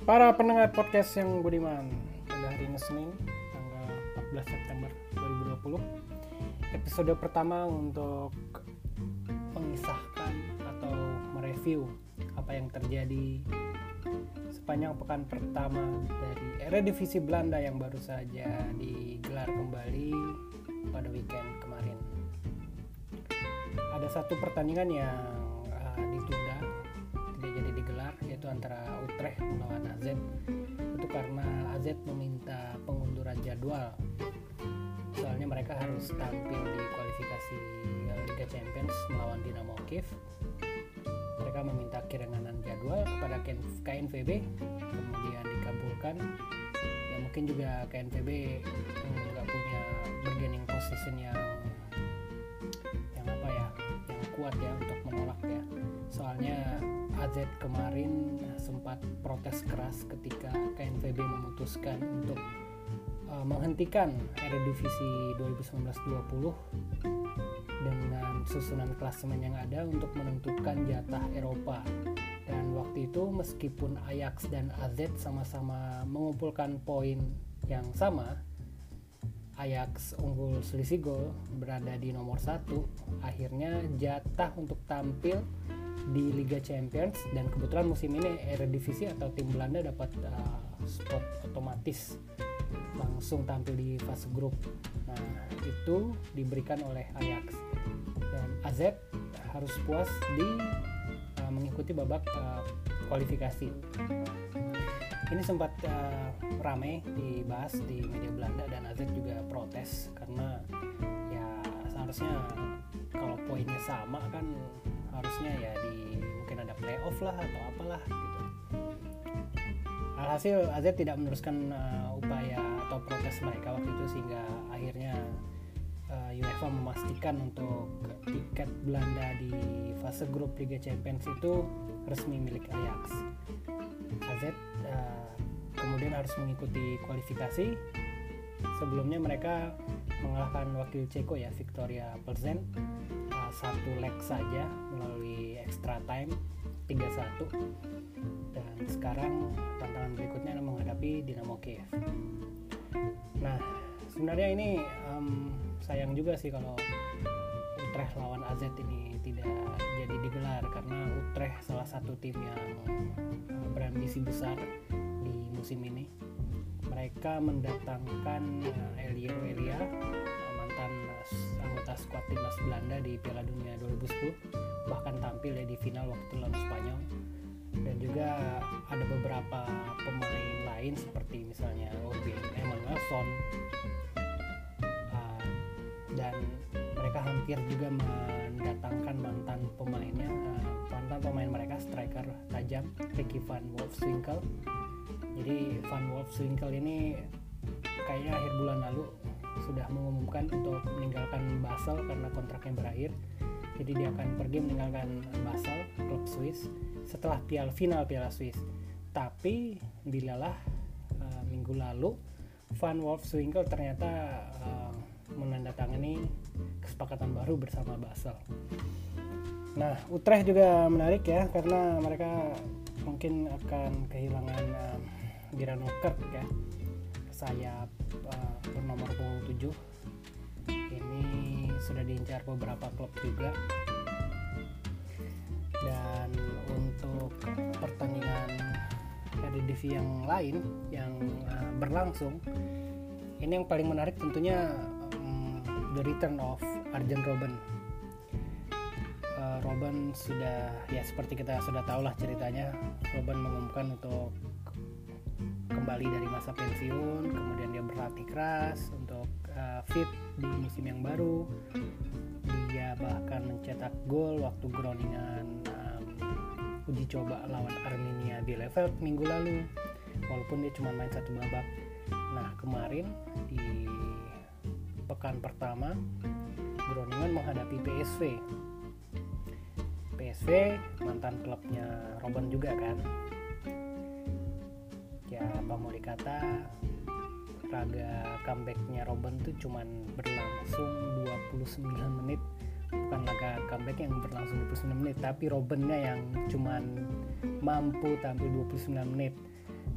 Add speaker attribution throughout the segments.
Speaker 1: Para pendengar podcast yang budiman, pada hari ini Senin, tanggal 14 September 2020, episode pertama untuk mengisahkan atau mereview apa yang terjadi sepanjang pekan pertama dari Eredivisie Belanda yang baru saja digelar kembali pada weekend kemarin. Ada satu pertandingan yang ditunda, tidak jadi digelar, yaitu antara Utrecht melawan AZ. Itu karena AZ meminta pengunduran jadwal, soalnya mereka harus tampil di kualifikasi Liga Champions melawan Dinamo Kiev. Mereka meminta keringanan jadwal kepada KNVB, kemudian dikabulkan. Ya mungkin juga KNVB nggak punya bargaining position yang kuat ya untuk menolak ya. Soalnya AZ kemarin sempat protes keras ketika KNVB memutuskan untuk menghentikan Eredivisie 2019-20 dengan susunan klasemen yang ada untuk menentukan jatah Eropa. Dan waktu itu meskipun Ajax dan AZ sama-sama mengumpulkan poin yang sama, Ajax unggul selisih gol, berada di nomor 1. Akhirnya jatah untuk tampil di Liga Champions, dan kebetulan musim ini Eredivisie atau tim Belanda dapat spot otomatis langsung tampil di fase grup. Nah, itu diberikan oleh Ajax, dan AZ harus puas di mengikuti babak kualifikasi. Ini sempat ramai dibahas di media Belanda, dan AZ juga protes karena ya seharusnya kalau poinnya sama kan harusnya ya mungkin ada playoff lah atau apalah gitu. Alhasil AZ tidak meneruskan upaya atau protes mereka waktu itu, sehingga akhirnya UEFA memastikan untuk tiket Belanda di fase grup Liga Champions itu resmi milik Ajax. AZ kemudian harus mengikuti kualifikasi. Sebelumnya mereka mengalahkan wakil Ceko ya, Viktoria Plzeň, satu leg saja melalui extra time 3-1. Dan sekarang tantangan berikutnya adalah menghadapi Dinamo Kiev. Nah, sebenarnya ini sayang juga sih kalau Utrecht lawan AZ ini tidak jadi digelar, karena Utrecht salah satu tim yang berambisi besar di musim ini. Mereka mendatangkan Elio Elia, mantan anggota skuad timnas Belanda di Piala Dunia 2010, bahkan tampil di final waktu lawan Spanyol. Dan juga ada beberapa pemain lain seperti misalnya Urban Emanuelson, dan mereka hampir juga mendatangkan mantan pemain mereka, striker tajam Ricky van Wolfswinkel. Jadi Van Wolfswinkel ini kayaknya akhir bulan lalu sudah mengumumkan untuk meninggalkan Basel karena kontraknya berakhir. Jadi dia akan pergi meninggalkan Basel, klub Swiss, setelah final Piala Swiss. Tapi dilalah minggu lalu Van Wolfswinkel ternyata menandatangani kesepakatan baru bersama Basel. Nah, Utrecht juga menarik ya, karena mereka mungkin akan kehilangan Girano Kerk ya, sayap bernomor punggung 7. Ini sudah diincar beberapa klub juga. Dan untuk pertandingan Eredivisie yang lain yang berlangsung, ini yang paling menarik tentunya the return of Arjen Robben. Robben sudah, ya seperti kita sudah tahu lah ceritanya, Robben mengumumkan untuk kembali dari masa pensiun, kemudian dia berlatih keras untuk fit di musim yang baru. Dia bahkan mencetak gol waktu Groningen uji coba lawan Arminia Bielefeld minggu lalu, walaupun dia cuma main satu babak. Nah, kemarin di pekan pertama Groningen menghadapi PSV mantan klubnya Robben juga kan. Ya apa mau dikata, laga comebacknya Robben tuh cuman berlangsung 29 menit. Bukan laga comeback yang berlangsung 29 menit, tapi Robbennya yang cuman mampu tampil 29 menit.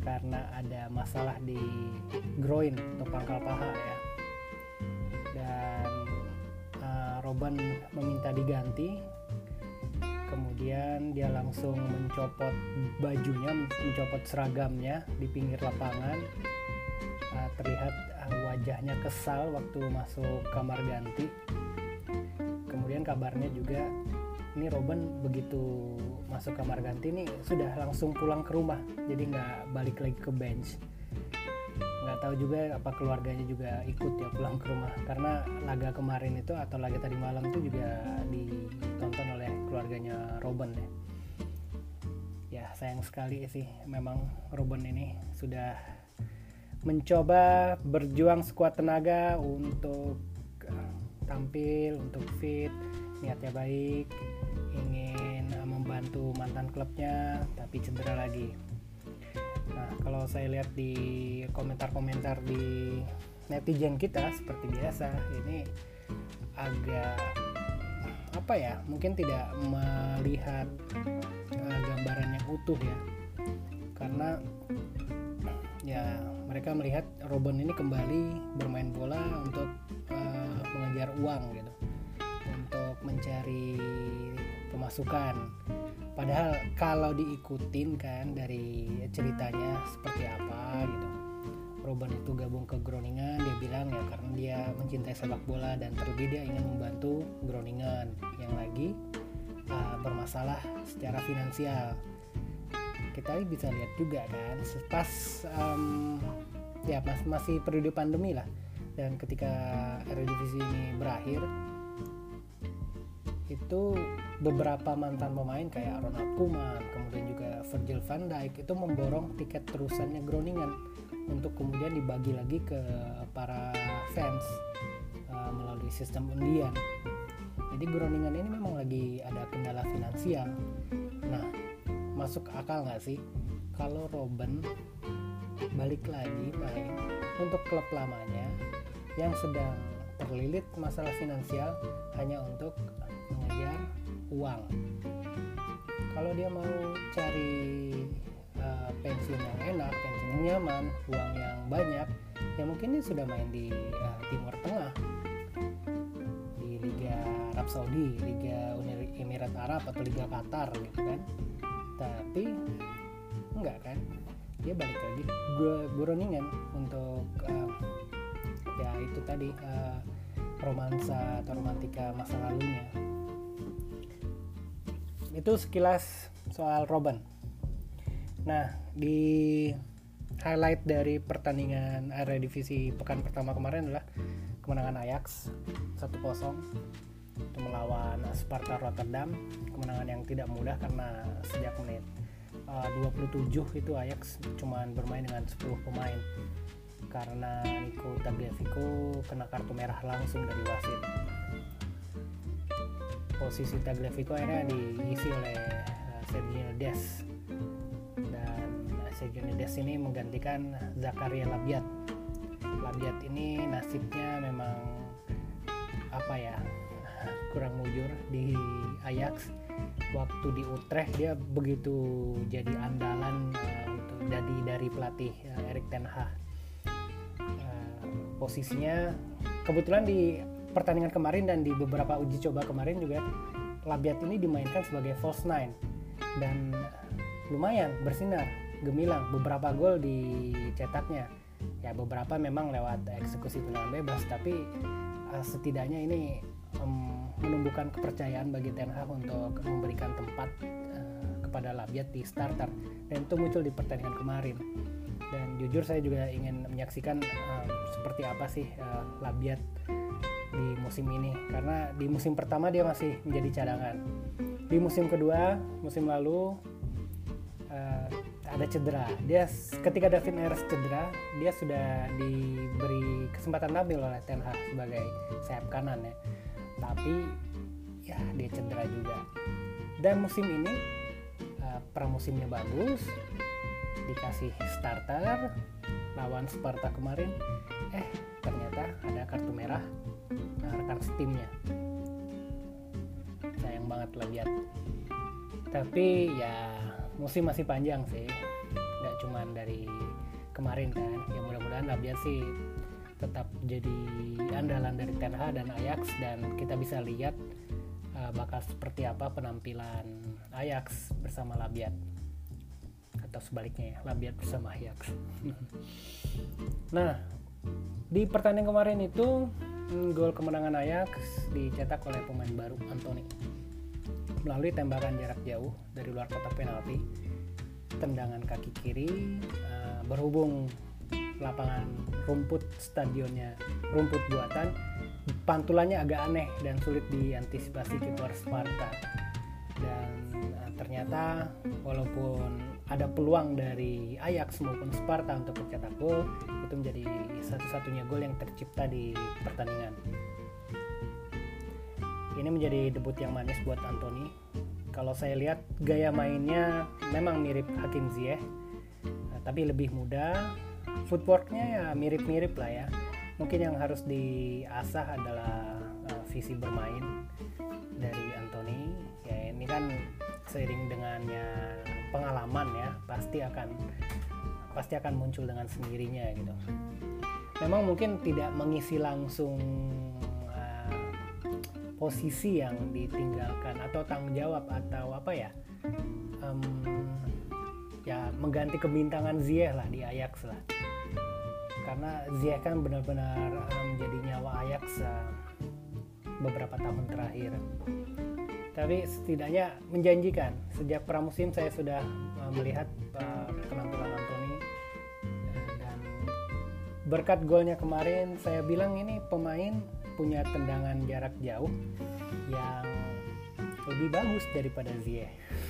Speaker 1: karena ada masalah di groin atau pangkal paha ya. Dan Robben meminta diganti. Kemudian dia langsung mencopot bajunya, mencopot seragamnya di pinggir lapangan. Terlihat wajahnya kesal waktu masuk kamar ganti. Kemudian kabarnya juga ini Robben begitu masuk kamar ganti nih sudah langsung pulang ke rumah, jadi nggak balik lagi ke bench. Nggak tahu juga apa keluarganya juga ikut ya pulang ke rumah, karena laga kemarin itu atau laga tadi malam itu juga ditonton oleh keluarganya Robben ya. Ya sayang sekali sih, memang Robben ini sudah mencoba berjuang sekuat tenaga untuk tampil, untuk fit, niatnya baik, ingin membantu mantan klubnya, tapi cedera lagi. Nah, kalau saya lihat di komentar-komentar di netizen kita seperti biasa, ini agak apa ya, mungkin tidak melihat gambaran yang utuh ya, karena ya mereka melihat Robben ini kembali bermain bola untuk mengejar uang gitu, untuk mencari pemasukan. Padahal kalau diikutin kan dari ceritanya seperti apa gitu, Robben itu gabung ke Groningen, dia bilang ya karena dia mencintai sepak bola dan terlebih dia ingin membantu Groningen yang lagi bermasalah secara finansial. Kita bisa lihat juga kan pas ya masih periode pandemi lah, dan ketika Eredivisie ini berakhir itu beberapa mantan pemain kayak Ronald Koeman, kemudian juga Virgil van Dijk itu memborong tiket terusannya Groningen untuk kemudian dibagi lagi ke para fans melalui sistem undian. Jadi Groningen ini memang lagi ada kendala finansial. Nah, masuk akal nggak sih kalau Robben balik lagi main untuk klub lamanya yang sedang terlilit masalah finansial hanya untuk mengejar uang? Kalau dia mau cari pensiun yang enak, pensiun yang nyaman, uang yang banyak, ya mungkin dia sudah main di Timur Tengah, di Liga Arab Saudi, Liga Uni Emirat Arab atau Liga Qatar gitu kan. Tapi enggak kan, dia balik lagi Groningen untuk ya itu tadi romansa atau romantika masa lalunya. Itu sekilas soal Robben. Nah, di highlight dari pertandingan Eredivisie pekan pertama kemarin adalah kemenangan Ajax 1-0 itu melawan Sparta Rotterdam. Kemenangan yang tidak mudah karena sejak menit 27 itu Ajax cuma bermain dengan 10 pemain karena Nico Tagliafico kena kartu merah langsung dari wasit. Posisi Tagliafico akhirnya diisi oleh Sergiño Dest, dan Sergiño Dest ini menggantikan Zakaria Labiat. Labiat ini nasibnya memang apa ya, kurang mujur di Ajax. Waktu di Utrecht dia begitu jadi andalan untuk dari pelatih Erik ten Hag. Posisinya kebetulan di pertandingan kemarin dan di beberapa uji coba kemarin juga Labiat ini dimainkan sebagai false nine dan lumayan bersinar gemilang, beberapa gol dicetaknya. Ya beberapa memang lewat eksekusi tendangan bebas, tapi setidaknya ini menumbuhkan kepercayaan bagi Ten Hag untuk memberikan tempat kepada Labiat di starter, dan itu muncul di pertandingan kemarin. Dan jujur saya juga ingin menyaksikan seperti apa sih Labiat di musim ini, karena di musim pertama dia masih menjadi cadangan. Di musim kedua, musim lalu ada cedera. Dia ketika David Neres cedera, dia sudah diberi kesempatan tampil oleh Ten Hag sebagai sayap kanan ya. Tapi ya dia cedera juga. Dan musim ini pramusimnya bagus, dikasih starter lawan Sparta kemarin, ternyata ada kartu merah rekan setimnya. Sayang banget lah lihat. Tapi ya musim masih panjang sih, nggak cuman dari kemarin kan. Ya mudah-mudahan Labiat sih tetap jadi andalan dari Ten Hag dan Ajax, dan kita bisa lihat bakal seperti apa penampilan Ajax bersama Labiat, atau sebaliknya ya, Labiat bersama Ajax. Nah, di pertandingan kemarin itu gol kemenangan Ajax dicetak oleh pemain baru Antony melalui tembakan jarak jauh dari luar kotak penalti, tendangan kaki kiri. Berhubung lapangan rumput stadionnya rumput buatan, pantulannya agak aneh dan sulit diantisipasi kiper Sparta. Dan ternyata walaupun ada peluang dari Ajax maupun Sparta untuk mencetak gol, itu menjadi satu-satunya gol yang tercipta di pertandingan. Ini menjadi debut yang manis buat Antony. Kalau saya lihat gaya mainnya memang mirip Hakim Ziyech, tapi lebih muda. Footworknya ya mirip-mirip lah ya. Mungkin yang harus diasah adalah visi bermain dari Antony. Ya ini kan seiring dengannya pengalaman ya, pasti akan muncul dengan sendirinya gitu. Memang mungkin tidak mengisi langsung posisi yang ditinggalkan atau tanggung jawab atau apa ya, ya mengganti kebintangan Ziyech lah di Ajax lah, karena Ziyech kan benar-benar menjadi nyawa Ajax beberapa tahun terakhir. Tapi setidaknya menjanjikan. Sejak pramusim saya sudah melihat penampilan Antony, dan berkat golnya kemarin saya bilang ini pemain punya tendangan jarak jauh yang lebih bagus daripada Ziyech.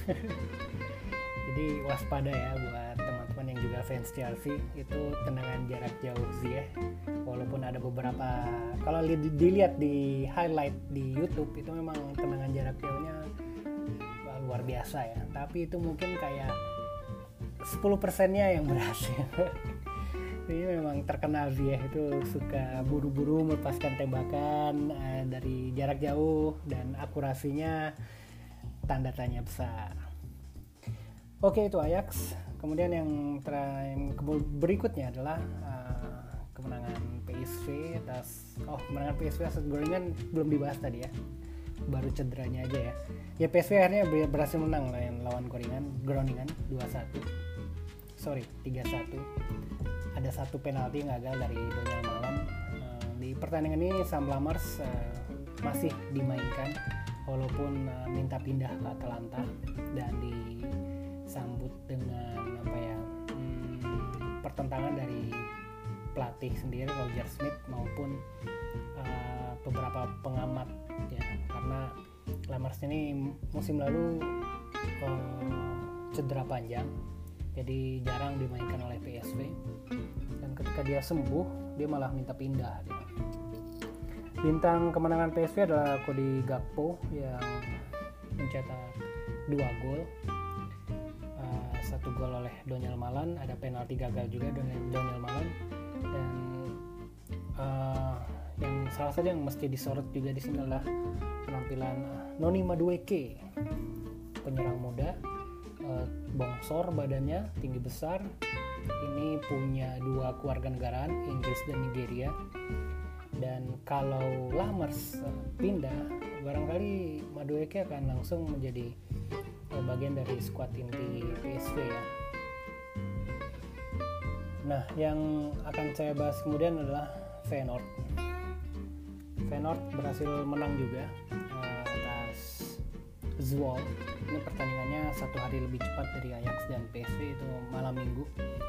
Speaker 1: Jadi waspada ya buat teman-teman yang juga fans Chelsea, itu tendangan jarak jauh Ziyech. Walaupun ada beberapa, kalau dilihat di highlight di YouTube itu memang tendangan jarak jauhnya luar biasa ya. Tapi itu mungkin kayak 10%-nya yang berhasil. Ini memang terkenal Ziyech itu suka buru-buru melepaskan tembakan dari jarak jauh, dan akurasinya tanda tanya besar. Oke, itu Ajax. Kemudian yang berikutnya adalah kemenangan PSV kemenangan PSV atas Groningen belum dibahas tadi ya. Baru cederanya aja ya. Ya PSV akhirnya berhasil menang lawan Groningen 3-1. Ada satu penalti gagal dari Donyell Malen. Di pertandingan ini Sam Lammers masih dimainkan walaupun minta pindah ke Atalanta, dan disambut dengan pertentangan dari pelatih sendiri Roger Smith maupun beberapa pengamat ya, karena Lammers ini musim lalu cedera panjang, jadi jarang dimainkan oleh PSV, dan ketika dia sembuh dia malah minta pindah gitu. Bintang kemenangan PSV adalah Cody Gakpo yang mencetak 2 gol, 1 gol oleh Donyell Malen, ada penalti gagal juga Donyell Malen, dan yang salah satu yang mesti disorot juga di sini adalah penampilan Noni Madueke, penyerang muda, bongsor badannya, tinggi besar. Ini punya 2 kewarganegaraan, Inggris dan Nigeria. Dan kalau Lammers pindah, barangkali Madueke akan langsung menjadi bagian dari skuad inti PSV ya. Nah, yang akan saya bahas kemudian adalah Feyenoord. Feyenoord berhasil menang juga atas Zwolle. Ini pertandingannya 1 hari lebih cepat dari Ajax dan PSV, itu malam minggu.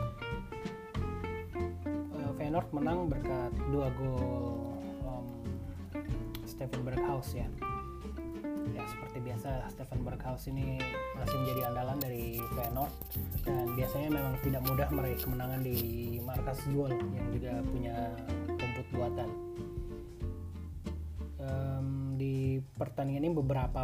Speaker 1: Feyenoord menang berkat 2 gol Steven Berghuis ya. Ya seperti biasa Steven Berghuis ini masih menjadi andalan dari Feyenoord, dan biasanya memang tidak mudah meraih kemenangan di markas Zwolle yang juga punya rumput buatan. Di pertandingan ini beberapa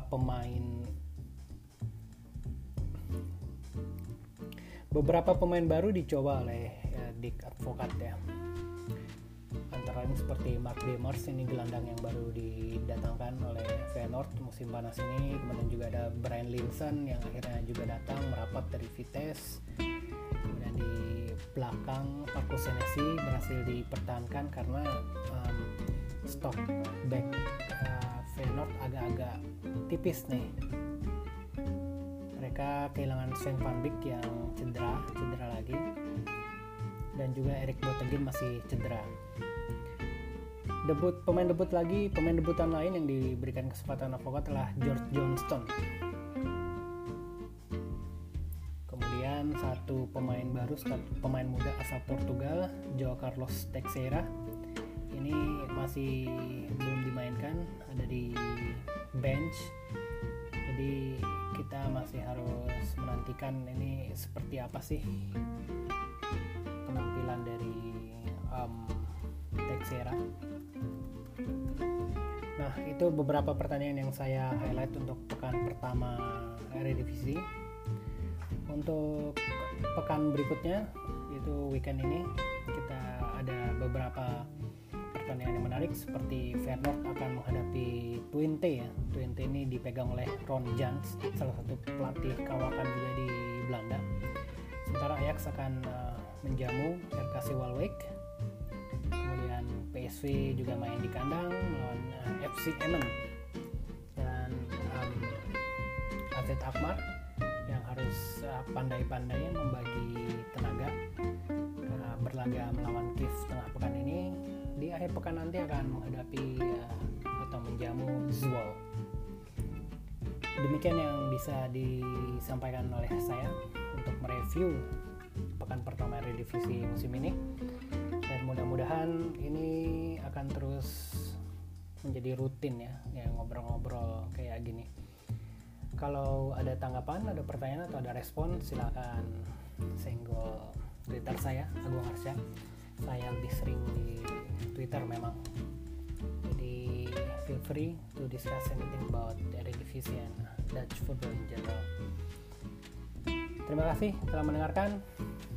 Speaker 1: pemain baru dicoba oleh Dick Advocaat ya. Antara lain seperti Mark Demers, ini gelandang yang baru didatangkan oleh Feyenoord musim panas ini. Kemudian juga ada Brian Linssen yang akhirnya juga datang merapat dari Vitesse. Kemudian di belakang Marco Senesi berhasil dipertahankan karena stok back Feyenoord agak-agak tipis nih. Mereka kehilangan Sven van Beek yang cedera lagi, dan juga Erik Bottegien masih cedera. Pemain debutan lain yang diberikan kesempatan advokat adalah George Johnston. Kemudian satu pemain muda asal Portugal, João Carlos Teixeira. Ini masih belum dimainkan, ada di bench. Jadi kita masih harus menantikan ini seperti apa sih penampilan dari Teixeira. Nah, itu beberapa pertandingan yang saya highlight untuk pekan pertama Eredivisie. Untuk pekan berikutnya, yaitu weekend ini, kita ada beberapa pertandingan yang menarik, seperti Feyenoord akan menghadapi Twente ya. Twente ini dipegang oleh Ron Jans, salah satu pelatih kawakan juga di Belanda. Sementara Ajax akan menjamu RKC Waalwijk. Kemudian PSV juga main di kandang melawan FC Emmen, dan AZ Alkmaar yang harus pandai-pandai membagi tenaga berlaga melawan Kiev tengah pekan ini. Di akhir pekan nanti akan menghadapi atau menjamu Zwolle. Demikian yang bisa disampaikan oleh saya untuk mereview pekan pertama Eredivisie musim ini, dan mudah-mudahan ini akan terus menjadi rutin ya ngobrol-ngobrol kayak gini. Kalau ada tanggapan, ada pertanyaan atau ada respon, silakan senggol Twitter saya, Agung Arsya. Saya lebih sering di Twitter memang. Jadi feel free to discuss anything about Eredivisie and Dutch football in general. Terima kasih telah mendengarkan.